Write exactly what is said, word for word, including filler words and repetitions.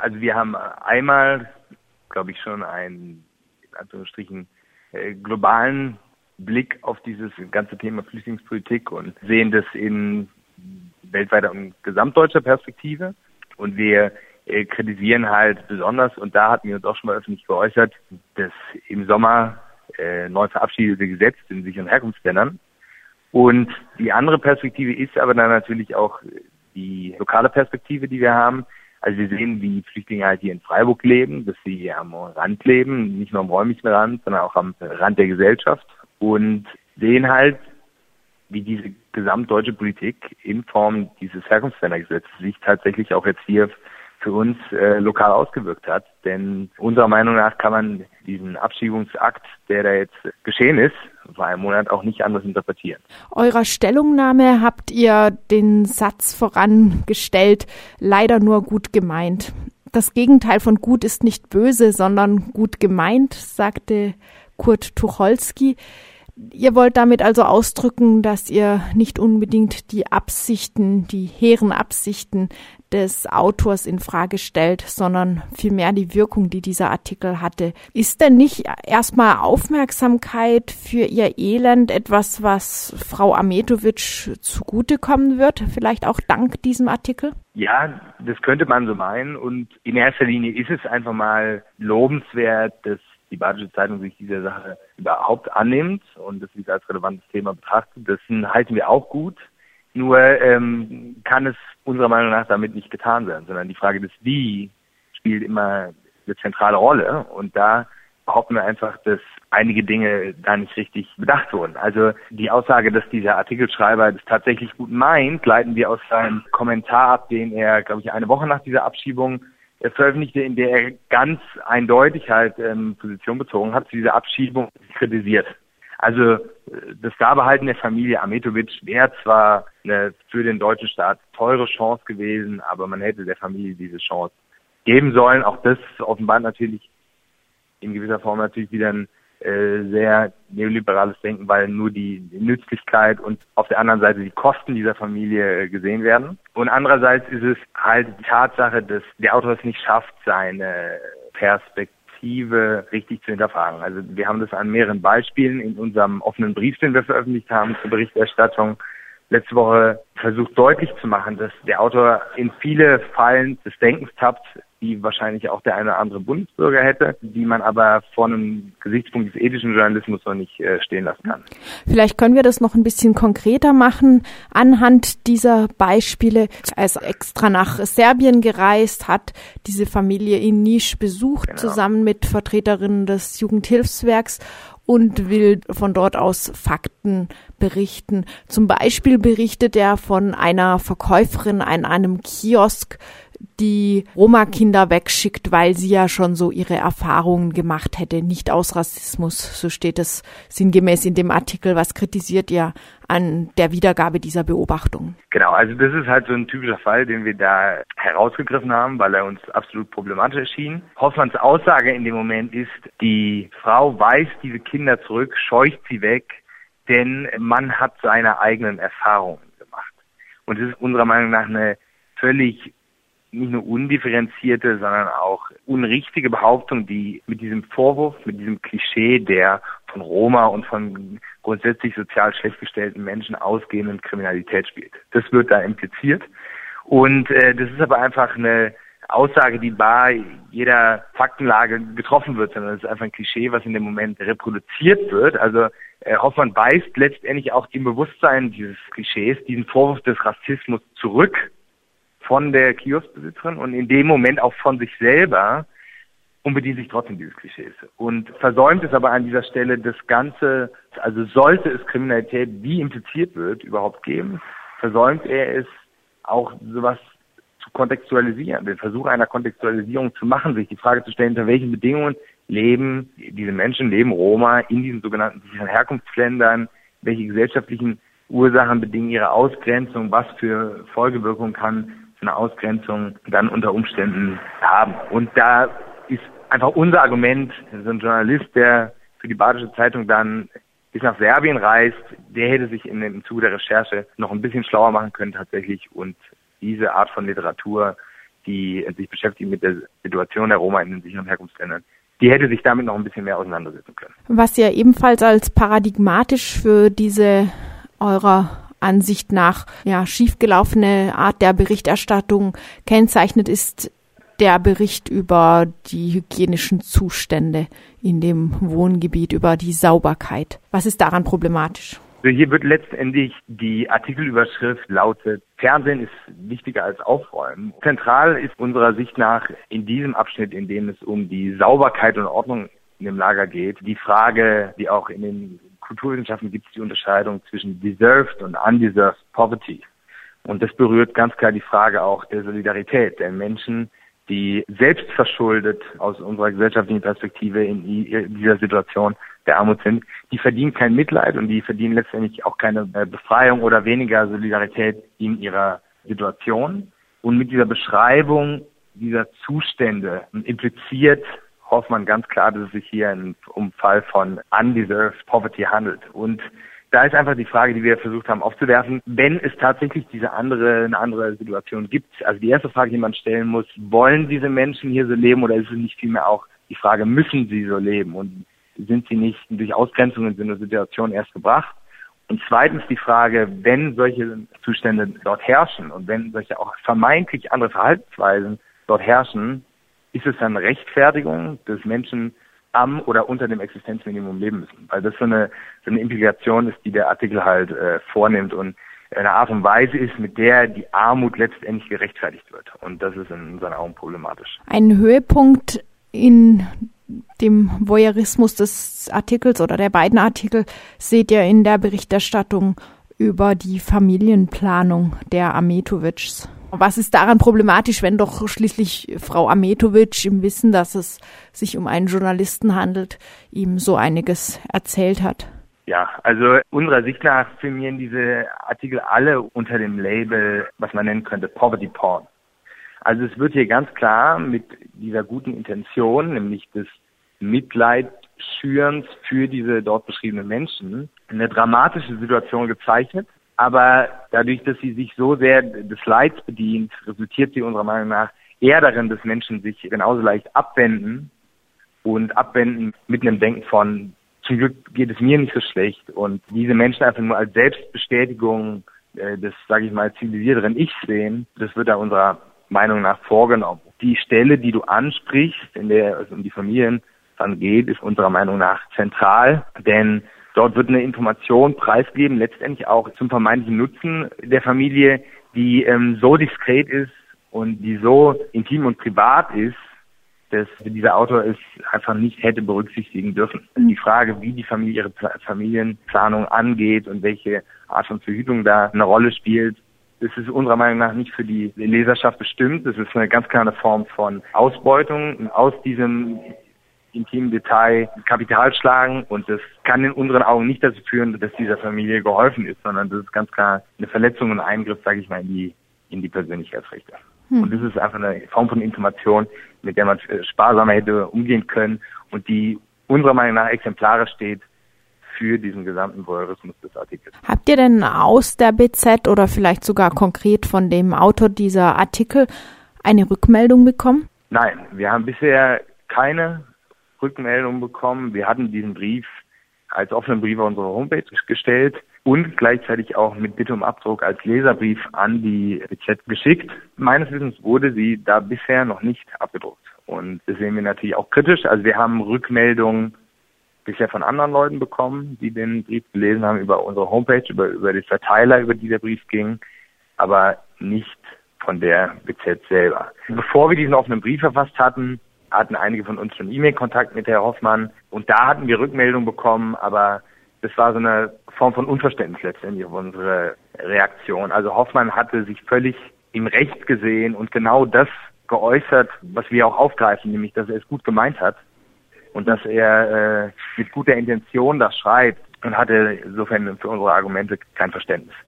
also wir haben einmal, glaube ich, schon einen, in Anführungsstrichen, äh, globalen Blick auf dieses ganze Thema Flüchtlingspolitik und sehen das in weltweiter und gesamtdeutscher Perspektive. Und wir äh, kritisieren halt besonders, und da hatten wir uns auch schon mal öffentlich geäußert, das im Sommer äh, neu verabschiedete Gesetz in sicheren Herkunftsländern. Und die andere Perspektive ist aber dann natürlich auch die lokale Perspektive, die wir haben. Also wir sehen, wie Flüchtlinge halt hier in Freiburg leben, dass sie am Rand leben, nicht nur am räumlichen Rand, sondern auch am Rand der Gesellschaft. Und sehen halt, wie diese gesamtdeutsche Politik in Form dieses Herkunftsländergesetzes sich tatsächlich auch jetzt hier für uns äh, lokal ausgewirkt hat. Denn unserer Meinung nach kann man diesen Abschiebungsakt, der da jetzt geschehen ist, vor einem Monat auch nicht anders interpretieren. Eurer Stellungnahme habt ihr den Satz vorangestellt, leider nur gut gemeint. Das Gegenteil von gut ist nicht böse, sondern gut gemeint, sagte Kurt Tucholsky. Ihr wollt damit also ausdrücken, dass ihr nicht unbedingt die Absichten, die hehren Absichten des Autors in Frage stellt, sondern vielmehr die Wirkung, die dieser Artikel hatte. Ist denn nicht erstmal Aufmerksamkeit für ihr Elend etwas, was Frau Ahmetović zugutekommen wird, vielleicht auch dank diesem Artikel? Ja, das könnte man so meinen. Und in erster Linie ist es einfach mal lobenswert, dass die Badische Zeitung sich dieser Sache überhaupt annimmt und das sie als relevantes Thema betrachtet. Das halten wir auch gut. Nur ähm, kann es unserer Meinung nach damit nicht getan sein, sondern die Frage des Wie spielt immer eine zentrale Rolle. Und da behaupten wir einfach, dass einige Dinge da nicht richtig bedacht wurden. Also die Aussage, dass dieser Artikelschreiber das tatsächlich gut meint, leiten wir aus seinem Kommentar ab, den er, glaube ich, eine Woche nach dieser Abschiebung er veröffentlichte, in der er ganz eindeutig halt ähm, Position bezogen hat, zu dieser Abschiebung kritisiert. Also das Dabehalten der Familie Ahmetović wäre zwar eine für den deutschen Staat teure Chance gewesen, aber man hätte der Familie diese Chance geben sollen. Auch das offenbart natürlich in gewisser Form natürlich wieder ein äh, sehr neoliberales Denken, weil nur die, die Nützlichkeit und auf der anderen Seite die Kosten dieser Familie äh, gesehen werden. Und andererseits ist es halt die Tatsache, dass der Autor es nicht schafft, seine Perspektive richtig zu hinterfragen. Also wir haben das an mehreren Beispielen in unserem offenen Brief, den wir veröffentlicht haben zur Berichterstattung, letzte Woche versucht deutlich zu machen, dass der Autor in viele Fallen des Denkens tappt, die wahrscheinlich auch der eine oder andere Bundesbürger hätte, die man aber vor einem Gesichtspunkt des ethischen Journalismus noch nicht äh, stehen lassen kann. Vielleicht können wir das noch ein bisschen konkreter machen anhand dieser Beispiele. Er ist extra nach Serbien gereist, hat diese Familie in Niš besucht, genau, zusammen mit Vertreterinnen des Jugendhilfswerks und will von dort aus Fakten berichten. Zum Beispiel berichtet er von einer Verkäuferin an einem Kiosk, die Roma-Kinder wegschickt, weil sie ja schon so ihre Erfahrungen gemacht hätte, nicht aus Rassismus, so steht es sinngemäß in dem Artikel. Was kritisiert ihr an der Wiedergabe dieser Beobachtung? Genau, also das ist halt so ein typischer Fall, den wir da herausgegriffen haben, weil er uns absolut problematisch erschien. Hoffmanns Aussage in dem Moment ist, die Frau weist diese Kinder zurück, scheucht sie weg, denn man hat seine eigenen Erfahrungen gemacht. Und das ist unserer Meinung nach eine völlig nicht nur undifferenzierte, sondern auch unrichtige Behauptung, die mit diesem Vorwurf, mit diesem Klischee der von Roma und von grundsätzlich sozial schlecht gestellten Menschen ausgehenden Kriminalität spielt. Das wird da impliziert. Und äh, das ist aber einfach eine Aussage, die bei jeder Faktenlage getroffen wird, sondern es ist einfach ein Klischee, was in dem Moment reproduziert wird. Also äh, Hoffmann weist letztendlich auch dem Bewusstsein dieses Klischees, diesen Vorwurf des Rassismus zurück von der Kioskbesitzerin und in dem Moment auch von sich selber und bedient sich trotzdem dieses Klischees. Und versäumt es aber an dieser Stelle das Ganze, also sollte es Kriminalität, wie impliziert wird, überhaupt geben, versäumt er es auch sowas zu kontextualisieren, den Versuch einer Kontextualisierung zu machen, sich die Frage zu stellen, unter welchen Bedingungen leben diese Menschen, leben Roma in diesen sogenannten sicheren Herkunftsländern, welche gesellschaftlichen Ursachen bedingen ihre Ausgrenzung, was für Folgewirkungen kann eine Ausgrenzung dann unter Umständen haben. Und da ist einfach unser Argument, so ein Journalist, der für die Badische Zeitung dann bis nach Serbien reist, der hätte sich in dem Zuge der Recherche noch ein bisschen schlauer machen können tatsächlich und diese Art von Literatur die sich beschäftigt mit der Situation der Roma in den sicheren Herkunftsländern, die hätte sich damit noch ein bisschen mehr auseinandersetzen können. Was ja ebenfalls als paradigmatisch für diese eurer Ansicht nach ja schiefgelaufene Art der Berichterstattung kennzeichnet, ist der Bericht über die hygienischen Zustände in dem Wohngebiet, über die Sauberkeit. Was ist daran problematisch? Also hier wird letztendlich die Artikelüberschrift lautet: Fernsehen ist wichtiger als Aufräumen. Zentral ist unserer Sicht nach in diesem Abschnitt, in dem es um die Sauberkeit und Ordnung in dem Lager geht, die Frage, die auch in den Kulturwissenschaften gibt es die Unterscheidung zwischen deserved und undeserved poverty. Und das berührt ganz klar die Frage auch der Solidarität der Menschen, die selbstverschuldet aus unserer gesellschaftlichen Perspektive in dieser Situation der Armut sind. Die verdienen kein Mitleid und die verdienen letztendlich auch keine Befreiung oder weniger Solidarität in ihrer Situation. Und mit dieser Beschreibung dieser Zustände impliziert Hoffmann ganz klar, dass es sich hier um einen Fall von undeserved poverty handelt. Und da ist einfach die Frage, die wir versucht haben aufzuwerfen, wenn es tatsächlich diese andere, eine andere Situation gibt. Also die erste Frage, die man stellen muss: Wollen diese Menschen hier so leben oder ist es nicht vielmehr auch die Frage, müssen sie so leben und sind sie nicht durch Ausgrenzung in so eine Situation erst gebracht? Und zweitens die Frage, wenn solche Zustände dort herrschen und wenn solche auch vermeintlich andere Verhaltensweisen dort herrschen, ist es dann Rechtfertigung, dass Menschen am oder unter dem Existenzminimum leben müssen? Weil das so eine, so eine Implikation ist, die der Artikel halt äh, vornimmt und eine Art und Weise ist, mit der die Armut letztendlich gerechtfertigt wird. Und das ist in unseren Augen problematisch. Ein Höhepunkt in dem Voyeurismus des Artikels oder der beiden Artikel seht ihr in der Berichterstattung über die Familienplanung der Ametovics. Was ist daran problematisch, wenn doch schließlich Frau Ametovic im Wissen, dass es sich um einen Journalisten handelt, ihm so einiges erzählt hat? Ja, also unserer Sicht nach firmieren diese Artikel alle unter dem Label, was man nennen könnte, Poverty Porn. Also es wird hier ganz klar mit dieser guten Intention, nämlich des Mitleidschürens für diese dort beschriebenen Menschen, eine dramatische Situation gezeichnet. Aber dadurch, dass sie sich so sehr des Leids bedient, resultiert sie unserer Meinung nach eher darin, dass Menschen sich genauso leicht abwenden und abwenden mit einem Denken von, zum Glück geht es mir nicht so schlecht, und diese Menschen einfach nur als Selbstbestätigung äh, des, sage ich mal, zivilisierteren Ichs sehen. Das wird da unserer Meinung nach vorgenommen. Die Stelle, die du ansprichst, in der es um die Familien dann geht, ist unserer Meinung nach zentral, denn dort wird eine Information preisgegeben, letztendlich auch zum vermeintlichen Nutzen der Familie, die ähm, so diskret ist und die so intim und privat ist, dass dieser Autor es einfach nicht hätte berücksichtigen dürfen. Die Frage, wie die Familie ihre Familienplanung angeht und welche Art von Verhütung da eine Rolle spielt, das ist unserer Meinung nach nicht für die Leserschaft bestimmt. Das ist eine ganz klare Form von Ausbeutung und aus diesem intimen Detail Kapital schlagen, und das kann in unseren Augen nicht dazu führen, dass dieser Familie geholfen ist, sondern das ist ganz klar eine Verletzung und ein Eingriff, sage ich mal, in die in die Persönlichkeitsrechte. Hm. Und das ist einfach eine Form von Information, mit der man sparsamer hätte umgehen können und die unserer Meinung nach exemplarisch steht für diesen gesamten Voyeurismus des Artikels. Habt ihr denn aus der B Z oder vielleicht sogar konkret von dem Autor dieser Artikel eine Rückmeldung bekommen? Nein, wir haben bisher keine Rückmeldung bekommen. Wir hatten diesen Brief als offenen Brief auf unsere Homepage gestellt und gleichzeitig auch mit Bitte um Abdruck als Leserbrief an die B Z geschickt. Meines Wissens wurde sie da bisher noch nicht abgedruckt. Und das sehen wir natürlich auch kritisch. Also wir haben Rückmeldungen bisher von anderen Leuten bekommen, die den Brief gelesen haben über unsere Homepage, über, über die Verteiler, über die der Brief ging, aber nicht von der B Z selber. Bevor wir diesen offenen Brief verfasst hatten, hatten einige von uns schon E-Mail-Kontakt mit Herrn Hoffmann, und da hatten wir Rückmeldung bekommen, aber das war so eine Form von Unverständnis letztendlich auf unsere Reaktion. Also Hoffmann hatte sich völlig im Recht gesehen und genau das geäußert, was wir auch aufgreifen, nämlich, dass er es gut gemeint hat und dass er äh, mit guter Intention das schreibt, und hatte insofern für unsere Argumente kein Verständnis.